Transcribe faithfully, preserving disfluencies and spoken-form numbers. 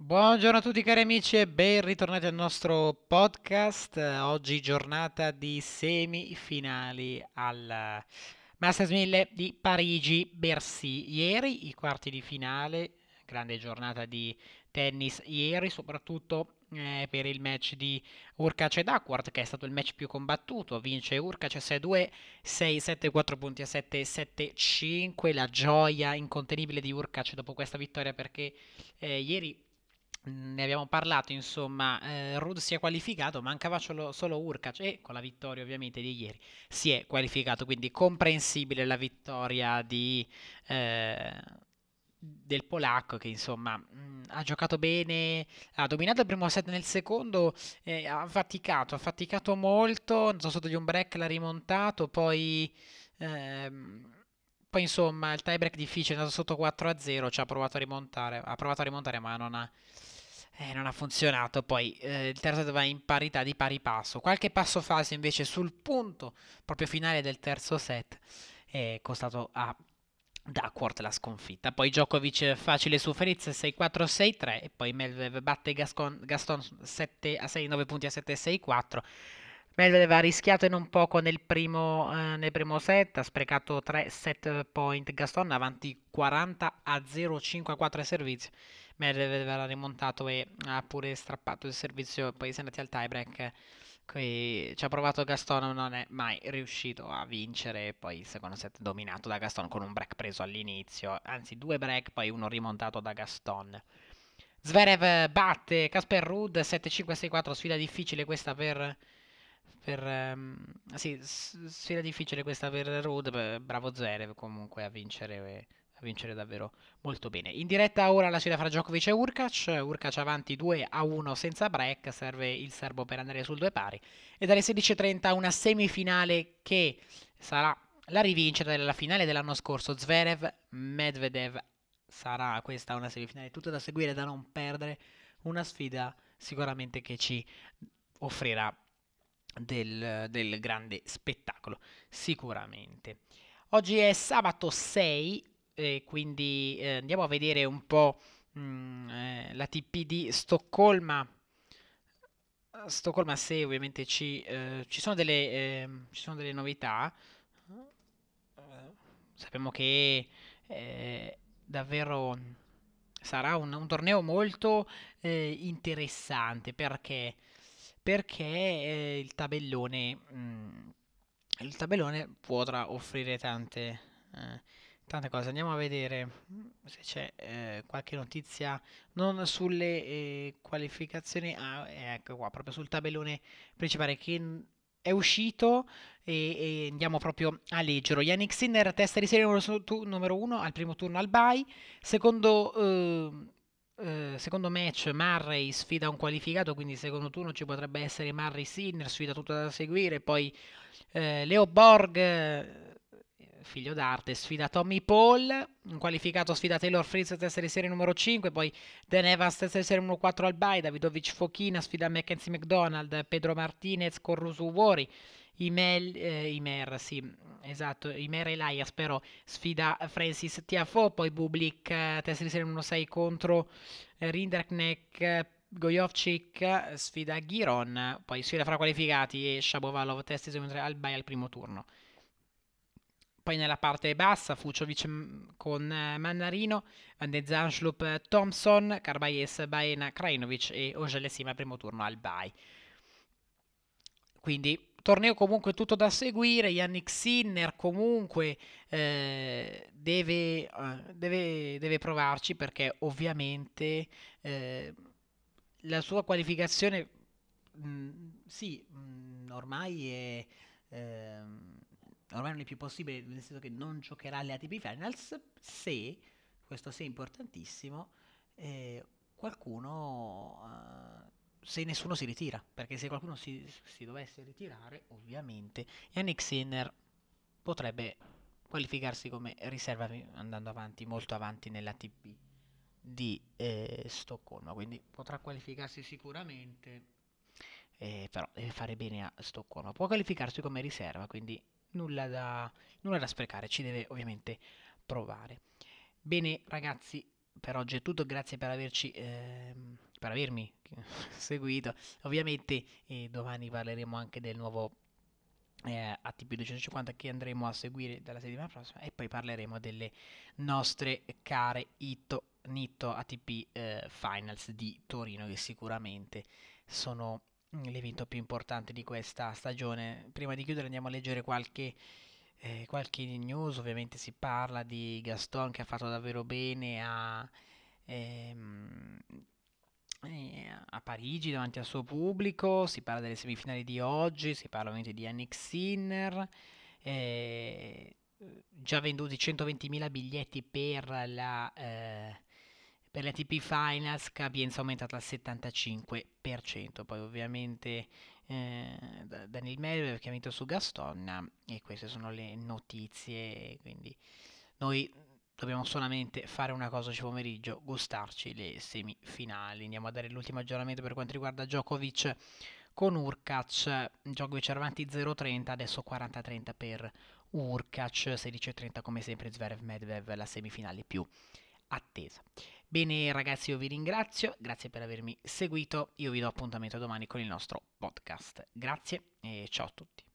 Buongiorno a tutti cari amici e ben ritornati al nostro podcast. Eh, Oggi giornata di semifinali al Masters mille di Parigi-Bercy. Ieri i quarti di finale, grande giornata di tennis ieri, soprattutto eh, per il match di Urkac e Duckworth, che è stato il match più combattuto. Vince Urkac sei due, sei sette, quattro punti a sette, sette cinque. La gioia incontenibile di Urkac dopo questa vittoria perché eh, ieri mm, ne abbiamo parlato, insomma, eh, Ruud si è qualificato, mancava solo, solo Urkac e con la vittoria ovviamente di ieri si è qualificato, quindi comprensibile la vittoria di, eh, del polacco che insomma mh, ha giocato bene, ha dominato il primo set, nel secondo eh, ha faticato, ha faticato molto, è andato sotto di un break, l'ha rimontato, poi... ehm, poi insomma il tiebreak difficile, è andato sotto quattro a zero, ci ha provato a rimontare, ha provato a rimontare ma non ha, eh, non ha funzionato. Poi eh, il terzo set va in parità di pari passo. Qualche passo falso invece sul punto proprio finale del terzo set è costato a Duckworth la sconfitta. Poi Djokovic facile su Fritz sei quattro sei tre e poi Medvedev batte Gascon- Gaston sette a sei, nove punti a sette sei quattro. Medvedev ha rischiato in un poco nel primo, eh, nel primo set, ha sprecato tre set point Gaston avanti quaranta a zero cinque a quattro ai servizi. Medvedev era rimontato e ha pure strappato il servizio, poi si è andati al tiebreak. Qui ci ha provato Gaston, non è mai riuscito a vincere. Poi il secondo set dominato da Gaston con un break preso all'inizio, anzi due break, poi uno rimontato da Gaston. Zverev batte Casper Ruud sette cinque sei quattro, sfida difficile questa per... per ehm, sì, s- sfida difficile questa per Ruud, beh, bravo Zverev comunque a vincere, a vincere davvero molto bene. In diretta ora la sfida fra Djokovic e Urkac, Urkac avanti due a uno senza break, serve il serbo per andare sul due pari. E dalle sedici e trenta una semifinale che sarà la rivincita della finale dell'anno scorso, Zverev-Medvedev. Sarà questa una semifinale tutta da seguire, da non perdere, una sfida sicuramente che ci offrirà del, del grande spettacolo, sicuramente. Oggi è sabato sei, e quindi eh, andiamo a vedere un po' mm, eh, la T P di Stoccolma. Eh, Stoccolma sei ovviamente ci, eh, ci sono delle, ehm, ci sono delle novità. Eh, Sappiamo che eh, davvero sarà un, un torneo molto eh, interessante perché, perché eh, il tabellone, mm, il tabellone potrà offrire tante, eh, tante cose. Andiamo a vedere mm, se c'è eh, qualche notizia non sulle eh, qualificazioni. Ah, ecco qua, proprio sul tabellone principale che n- è uscito e, e andiamo proprio a leggerlo. Yannick Sinner, testa di serie numero, tu- numero uno al primo turno al bye. Secondo, eh, eh, secondo match Murray sfida un qualificato, quindi secondo turno ci potrebbe essere Murray Sinner, sfida tutta da seguire. Poi eh, Leo Borg, eh, figlio d'arte, sfida Tommy Paul. Un qualificato sfida Taylor Fritz, testa di serie numero cinque. Poi Dan Evans, testa di serie numero quattro al bye. Davidovic Fokina sfida Mackenzie McDonald. Pedro Martinez con Rusu Wori. Imer, eh, Imer, sì, esatto, Imer Elias però sfida Francis Tiafoe, poi Bublik, eh, testa di serie numero sei contro eh, Rinderknecht, eh, Gojovcic, eh, sfida Giron, poi sfida fra qualificati e Shapovalov, testa di serie numero tre al bye al primo turno. Poi nella parte bassa Fuciovic mm, con eh, Mannarino, Van de Zanschlup, eh, Thompson, Carbayes, Baena, Krajinovic e Ogelesima al primo turno al bye. Quindi torneo comunque tutto da seguire. Yannick Sinner comunque eh, deve, eh, deve, deve provarci perché ovviamente eh, la sua qualificazione mh, sì, mh, ormai è ehm, ormai non è più possibile, nel senso che non giocherà alle A T P Finals se, questo se è importantissimo, eh, qualcuno, eh, se nessuno si ritira, perché se qualcuno si, si dovesse ritirare, ovviamente Yannick Sinner potrebbe qualificarsi come riserva andando avanti, molto avanti nella T P di eh, Stoccolma, quindi potrà qualificarsi sicuramente, eh, però deve fare bene a Stoccolma. Può qualificarsi come riserva, quindi nulla da, nulla da sprecare, ci deve ovviamente provare. Bene ragazzi, per oggi è tutto, grazie per averci ehm, per avermi seguito. Ovviamente eh, domani parleremo anche del nuovo eh, A T P duecentocinquanta che andremo a seguire dalla settimana prossima e poi parleremo delle nostre care Ito Nitto A T P eh, Finals di Torino che sicuramente sono mm, l'evento più importante di questa stagione. Prima di chiudere andiamo a leggere qualche, eh, qualche news. Ovviamente si parla di Gaston che ha fatto davvero bene a, ehm, eh, a Parigi davanti al suo pubblico. Si parla delle semifinali di oggi, si parla ovviamente di Yannick Sinner. eh, Già venduti centoventimila biglietti per la, eh, per le A T P Finals, capienza aumentata al settantacinque per cento. Poi ovviamente eh, Da- Daniel Medvedev che ha vinto su Gaston e queste sono le notizie, quindi noi dobbiamo solamente fare una cosa oggi pomeriggio, gustarci le semifinali. Andiamo a dare l'ultimo aggiornamento per quanto riguarda Djokovic con Urkac. Djokovic era avanti zero a trenta, adesso quaranta a trenta per Urkac, sedici a trenta come sempre Zverev Medvedev, la semifinale più attesa. Bene ragazzi, io vi ringrazio, grazie per avermi seguito, io vi do appuntamento domani con il nostro podcast. Grazie e ciao a tutti.